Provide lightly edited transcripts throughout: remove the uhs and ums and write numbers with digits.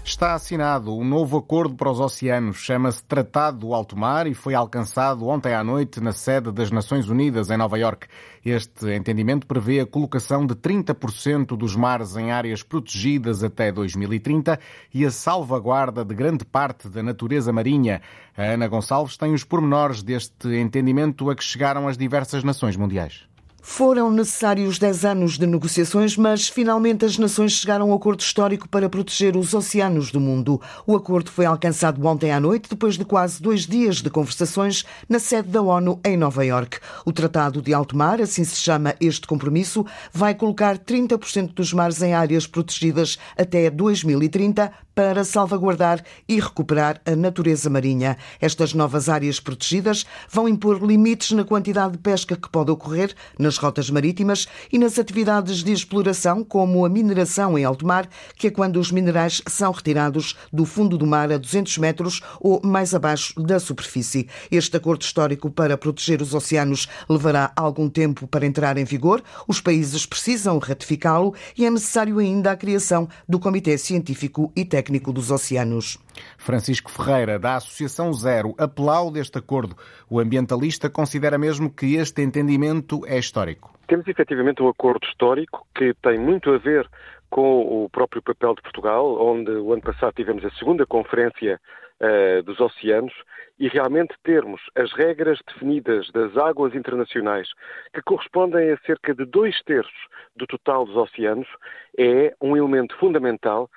Está assinado um novo acordo para os oceanos. Chama-se Tratado do Alto Mar e foi alcançado ontem à noite na sede das Nações Unidas, em Nova Iorque. Este entendimento prevê a colocação de 30% dos mares em áreas protegidas até 2030 e a salvaguarda de grande parte da natureza marinha. A Ana Gonçalves tem os pormenores deste entendimento a que chegaram as diversas nações mundiais. Foram necessários 10 anos de negociações, mas finalmente as nações chegaram a um acordo histórico para proteger os oceanos do mundo. O acordo foi alcançado ontem à noite, depois de quase 2 dias de conversações na sede da ONU em Nova Iorque. O Tratado de Alto Mar, assim se chama este compromisso, vai colocar 30% dos mares em áreas protegidas até 2030 para salvaguardar e recuperar a natureza marinha. Estas novas áreas protegidas vão impor limites na quantidade de pesca que pode ocorrer nas rotas marítimas e nas atividades de exploração, como a mineração em alto mar, que é quando os minerais são retirados do fundo do mar a 200 metros ou mais abaixo da superfície. Este acordo histórico para proteger os oceanos levará algum tempo para entrar em vigor. Os países precisam ratificá-lo e é necessário ainda a criação do Comitê Científico e Técnico dos Oceanos. Francisco Ferreira, da Associação Zero, aplaude este acordo. O ambientalista considera mesmo que este entendimento é histórico. Temos efetivamente um acordo histórico que tem muito a ver com o próprio papel de Portugal, onde o ano passado tivemos a segunda conferência dos oceanos, e realmente termos as regras definidas das águas internacionais, que correspondem a cerca de 2/3 do total dos oceanos, é um elemento fundamental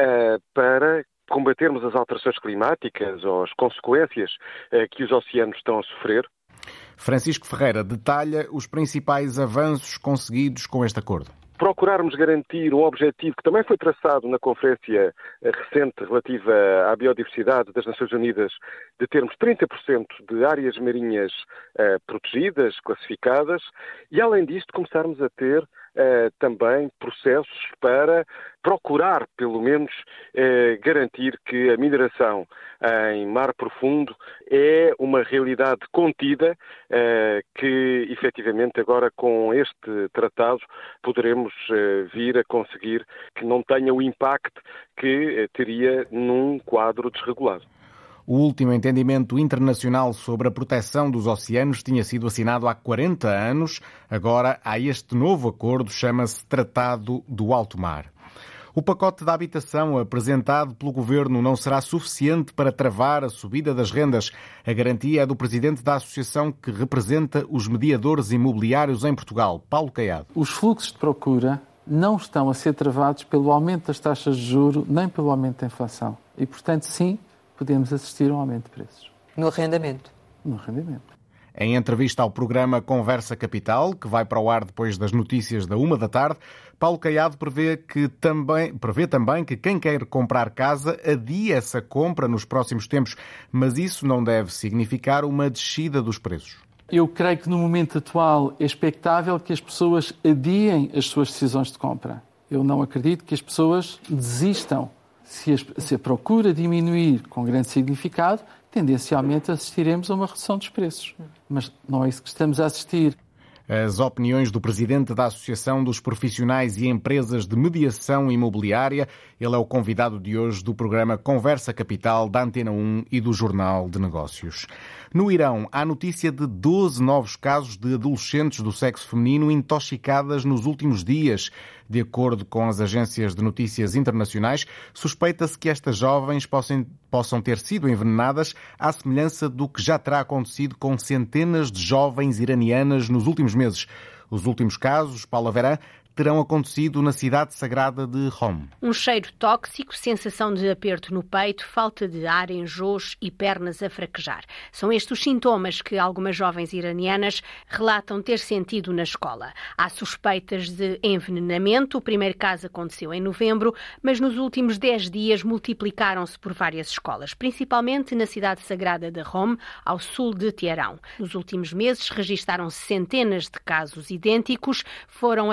para combatermos as alterações climáticas ou as consequências que os oceanos estão a sofrer. Francisco Ferreira detalha os principais avanços conseguidos com este acordo. Procurarmos garantir um objetivo que também foi traçado na conferência recente relativa à biodiversidade das Nações Unidas, de termos 30% de áreas marinhas protegidas, classificadas, e além disto começarmos a ter também processos para procurar, pelo menos, garantir que a mineração em mar profundo é uma realidade contida que, efetivamente, agora com este tratado poderemos vir a conseguir que não tenha o impacto que teria num quadro desregulado. O último entendimento internacional sobre a proteção dos oceanos tinha sido assinado há 40 anos. Agora há este novo acordo, chama-se Tratado do Alto Mar. O pacote da habitação apresentado pelo Governo não será suficiente para travar a subida das rendas. A garantia é do presidente da associação que representa os mediadores imobiliários em Portugal, Paulo Caiado. Os fluxos de procura não estão a ser travados pelo aumento das taxas de juros, nem pelo aumento da inflação. E, portanto, sim, podemos assistir a um aumento de preços. No arrendamento? No arrendamento. Em entrevista ao programa Conversa Capital, que vai para o ar depois das notícias da 13h, Paulo Caiado prevê também que quem quer comprar casa adia essa compra nos próximos tempos, mas isso não deve significar uma descida dos preços. Eu creio que no momento atual é expectável que as pessoas adiem as suas decisões de compra. Eu não acredito que as pessoas desistam. Se a procura diminuir com grande significado, tendencialmente assistiremos a uma redução dos preços. Mas não é isso que estamos a assistir. As opiniões do presidente da Associação dos Profissionais e Empresas de Mediação Imobiliária. Ele é o convidado de hoje do programa Conversa Capital da Antena 1 e do Jornal de Negócios. No Irão, há notícia de 12 novos casos de adolescentes do sexo feminino intoxicadas nos últimos dias. De acordo com as agências de notícias internacionais, suspeita-se que estas jovens possam ter sido envenenadas à semelhança do que já terá acontecido com centenas de jovens iranianas nos últimos meses. Os últimos casos, Paula Verã, terão acontecido na cidade sagrada de Qom. Um cheiro tóxico, sensação de aperto no peito, falta de ar, enjoos e pernas a fraquejar. São estes os sintomas que algumas jovens iranianas relatam ter sentido na escola. Há suspeitas de envenenamento. O primeiro caso aconteceu em novembro, mas nos últimos 10 dias multiplicaram-se por várias escolas, principalmente na cidade sagrada de Qom, ao sul de Teherão. Nos últimos meses registaram-se centenas de casos idênticos. Foram afetadas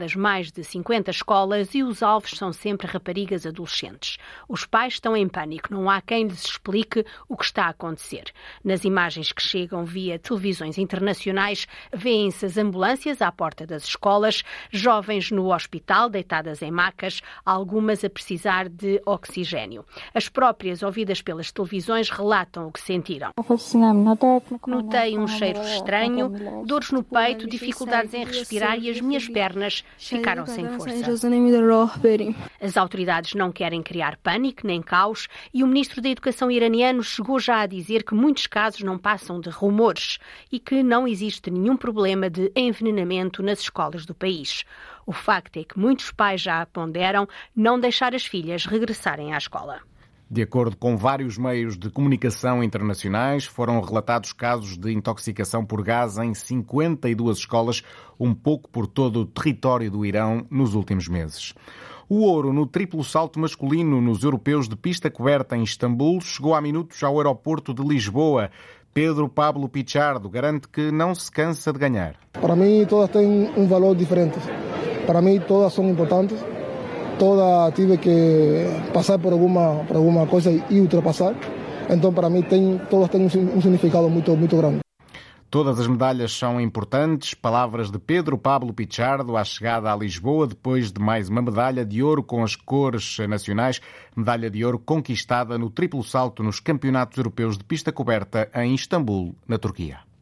controladas mais de 50 escolas e os alvos são sempre raparigas adolescentes. Os pais estão em pânico, não há quem lhes explique o que está a acontecer. Nas imagens que chegam via televisões internacionais, vêem-se as ambulâncias à porta das escolas, jovens no hospital deitadas em macas, algumas a precisar de oxigênio. As próprias, ouvidas pelas televisões, relatam o que sentiram. Notei um cheiro estranho, dores no peito, dificuldades em respirar e as minhas pernas ficaram sem força. As autoridades não querem criar pânico nem caos e o ministro da Educação iraniano chegou já a dizer que muitos casos não passam de rumores e que não existe nenhum problema de envenenamento nas escolas do país. O facto é que muitos pais já ponderam não deixar as filhas regressarem à escola. De acordo com vários meios de comunicação internacionais, foram relatados casos de intoxicação por gás em 52 escolas, um pouco por todo o território do Irão nos últimos meses. O ouro no triplo salto masculino nos europeus de pista coberta em Istambul chegou há minutos ao aeroporto de Lisboa. Pedro Pablo Pichardo garante que não se cansa de ganhar. Para mim, todas têm um valor diferente. Para mim, todas são importantes. Todas tive que passar por alguma coisa e ultrapassar. Então, para mim, todas têm um significado muito, muito grande. Todas as medalhas são importantes. Palavras de Pedro Pablo Pichardo à chegada a Lisboa, depois de mais uma medalha de ouro com as cores nacionais. Medalha de ouro conquistada no triplo salto nos Campeonatos Europeus de Pista Coberta em Istambul, na Turquia.